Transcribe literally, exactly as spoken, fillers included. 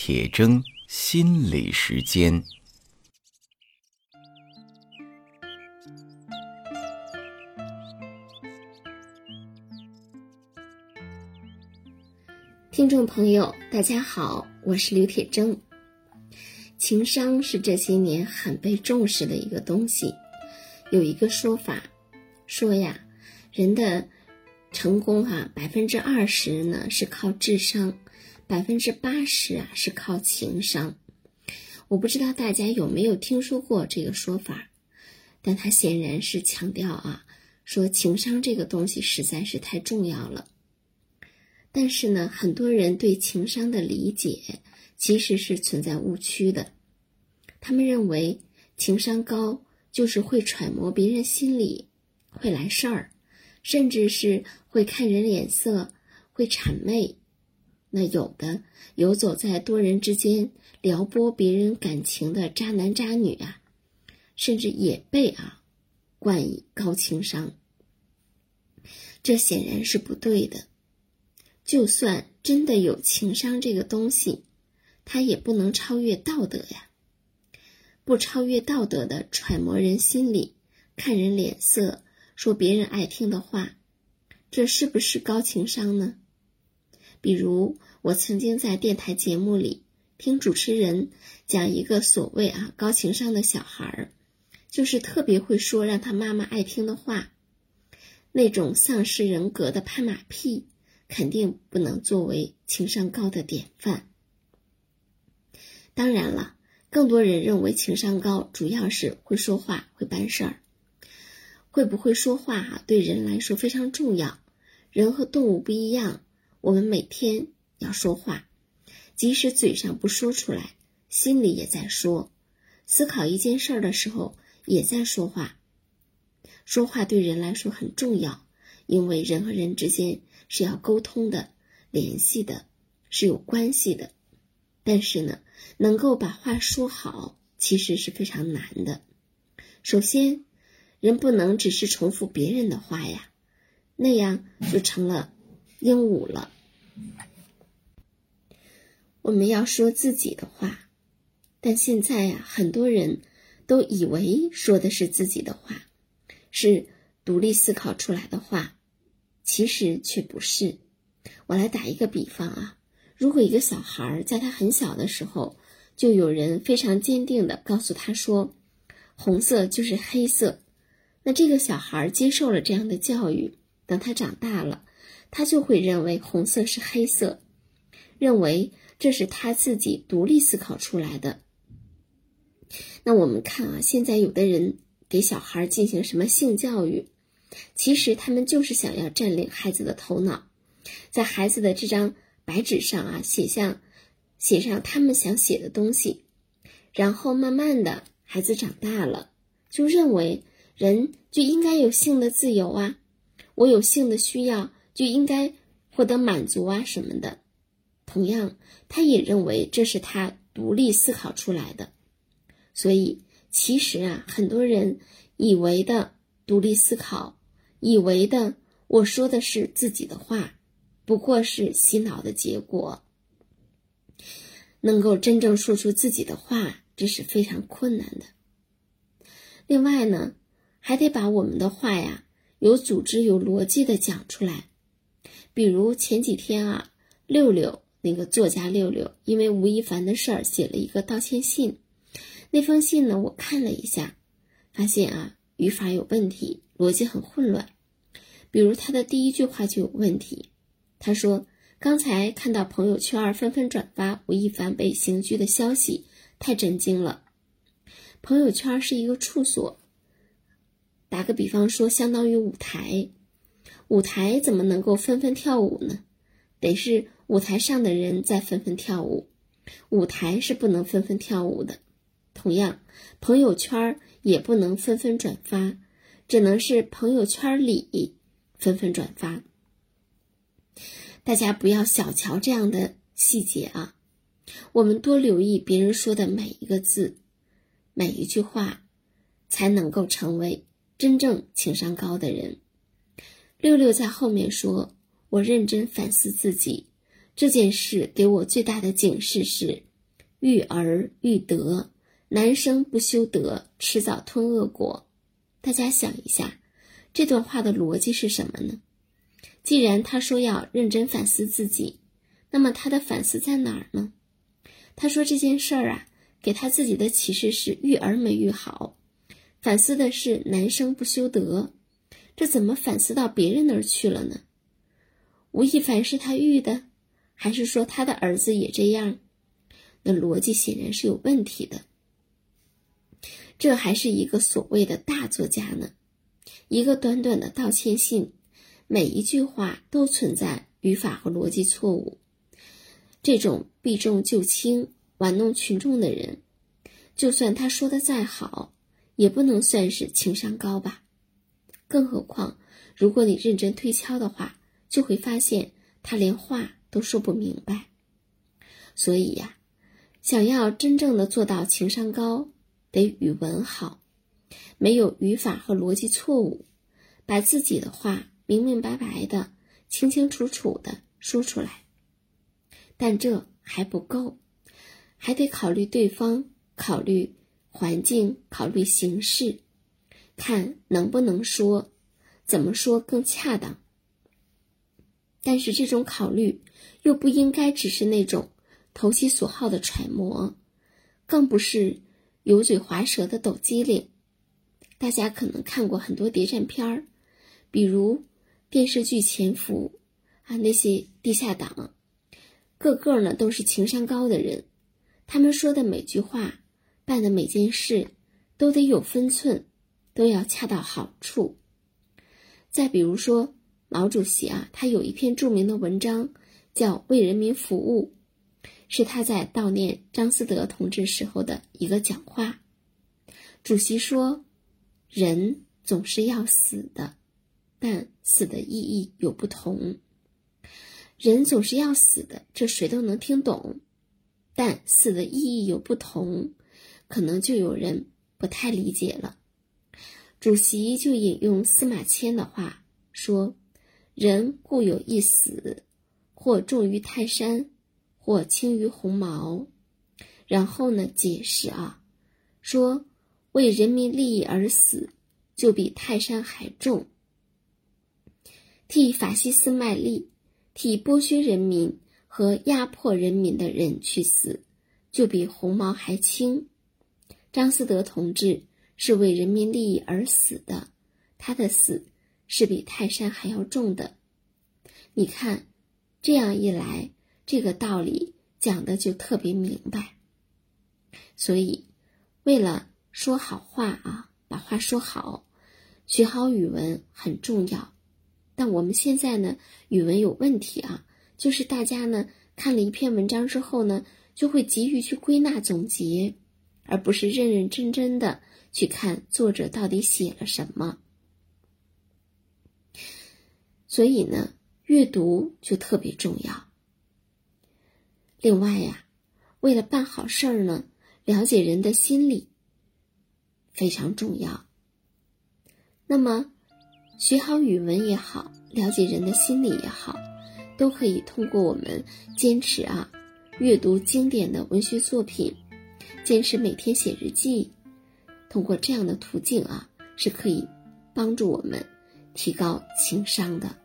铁铮心理时间。 听众朋友大家好，我是刘铁铮。情商是这些年很被重视的一个东西。有一个说法说呀，人的成功啊，百分之二十呢是靠智商，百分之八十啊是靠情商。我不知道大家有没有听说过这个说法，但它显然是强调啊，说情商这个东西实在是太重要了。但是呢，很多人对情商的理解其实是存在误区的。他们认为情商高就是会揣摩别人心理，会来事儿，甚至是会看人脸色，会谄媚。那有的游走在多人之间撩拨别人感情的渣男渣女啊，甚至也被啊冠以高情商。这显然是不对的。就算真的有情商这个东西，它也不能超越道德呀。不超越道德的揣摩人心理，看人脸色，说别人爱听的话，这是不是高情商呢？比如我曾经在电台节目里听主持人讲一个所谓啊高情商的小孩，就是特别会说让他妈妈爱听的话，那种丧失人格的拍马屁肯定不能作为情商高的典范。当然了，更多人认为情商高主要是会说话，会办事儿。会不会说话啊，对人来说非常重要。人和动物不一样，我们每天要说话，即使嘴上不说出来，心里也在说。思考一件事儿的时候也在说话。说话对人来说很重要，因为人和人之间是要沟通的，联系的，是有关系的。但是呢，能够把话说好其实是非常难的。首先，人不能只是重复别人的话呀，那样就成了鹦鹉了。我们要说自己的话，但现在呀，很多人都以为说的是自己的话，是独立思考出来的话，其实却不是。我来打一个比方啊，如果一个小孩在他很小的时候，就有人非常坚定地告诉他说，红色就是黑色，那这个小孩接受了这样的教育，等他长大了，他就会认为红色是黑色，认为这是他自己独立思考出来的。那我们看啊，现在有的人给小孩进行什么性教育，其实他们就是想要占领孩子的头脑，在孩子的这张白纸上啊，写上写上他们想写的东西，然后慢慢的孩子长大了，就认为人就应该有性的自由啊，我有性的需要就应该获得满足啊什么的。同样，他也认为这是他独立思考出来的。所以其实啊，很多人以为的独立思考，以为的我说的是自己的话，不过是洗脑的结果。能够真正说出自己的话，这是非常困难的。另外呢，还得把我们的话呀，有组织有逻辑的讲出来。比如前几天啊，六六那个作家六六因为吴亦凡的事儿写了一个道歉信，那封信呢我看了一下，发现啊语法有问题，逻辑很混乱。比如他的第一句话就有问题，他说刚才看到朋友圈纷纷转发吴亦凡被刑拘的消息，太震惊了。朋友圈是一个处所，打个比方说相当于舞台，舞台怎么能够纷纷跳舞呢？得是舞台上的人在纷纷跳舞，舞台是不能纷纷跳舞的。同样，朋友圈也不能纷纷转发，只能是朋友圈里纷纷转发。大家不要小瞧这样的细节啊，我们多留意别人说的每一个字，每一句话，才能够成为真正情商高的人。六六在后面说，我认真反思自己，这件事给我最大的警示是， 育儿育德，男生不修德，迟早吞恶果。大家想一下，这段话的逻辑是什么呢？既然他说要认真反思自己，那么他的反思在哪儿呢？他说这件事儿啊，给他自己的启示是育儿没育好，反思的是男生不修德，这怎么反思到别人那儿去了呢？吴亦凡是他育的，还是说他的儿子也这样？那逻辑显然是有问题的。这还是一个所谓的大作家呢，一个短短的道歉信，每一句话都存在语法和逻辑错误。这种避重就轻、玩弄群众的人，就算他说的再好，也不能算是情商高吧。更何况，如果你认真推敲的话，就会发现他连话都说不明白。所以呀、啊，想要真正的做到情商高，得语文好，没有语法和逻辑错误，把自己的话明明白白的、清清楚楚的说出来。但这还不够，还得考虑对方，考虑环境，考虑形势，看能不能说，怎么说更恰当。但是这种考虑又不应该只是那种投其所好的揣摩，更不是油嘴滑舌的抖机灵。大家可能看过很多谍战片儿，比如电视剧《潜伏》啊，那些地下党，个个呢都是情商高的人，他们说的每句话，办的每件事，都得有分寸，都要恰到好处。再比如说毛主席啊，他有一篇著名的文章叫《为人民服务》，是他在悼念张思德同志时候的一个讲话。主席说，人总是要死的，但死的意义有不同。人总是要死的，这谁都能听懂，但死的意义有不同，可能就有人不太理解了。主席就引用司马迁的话说，人固有一死，或重于泰山，或轻于鸿毛。然后呢解释啊，说为人民利益而死，就比泰山还重。替法西斯卖力，替剥削人民和压迫人民的人去死，就比鸿毛还轻。张思德同志是为人民利益而死的，他的死是比泰山还要重的。你看，这样一来，这个道理讲的就特别明白。所以，为了说好话啊，把话说好，学好语文很重要。但我们现在呢，语文有问题啊，就是大家呢看了一篇文章之后呢，就会急于去归纳总结，而不是认认真真的去看作者到底写了什么。所以呢，阅读就特别重要。另外呀，为了办好事儿呢，了解人的心理非常重要。那么学好语文也好，了解人的心理也好，都可以通过我们坚持啊阅读经典的文学作品，坚持每天写日记，通过这样的途径啊，是可以帮助我们提高情商的。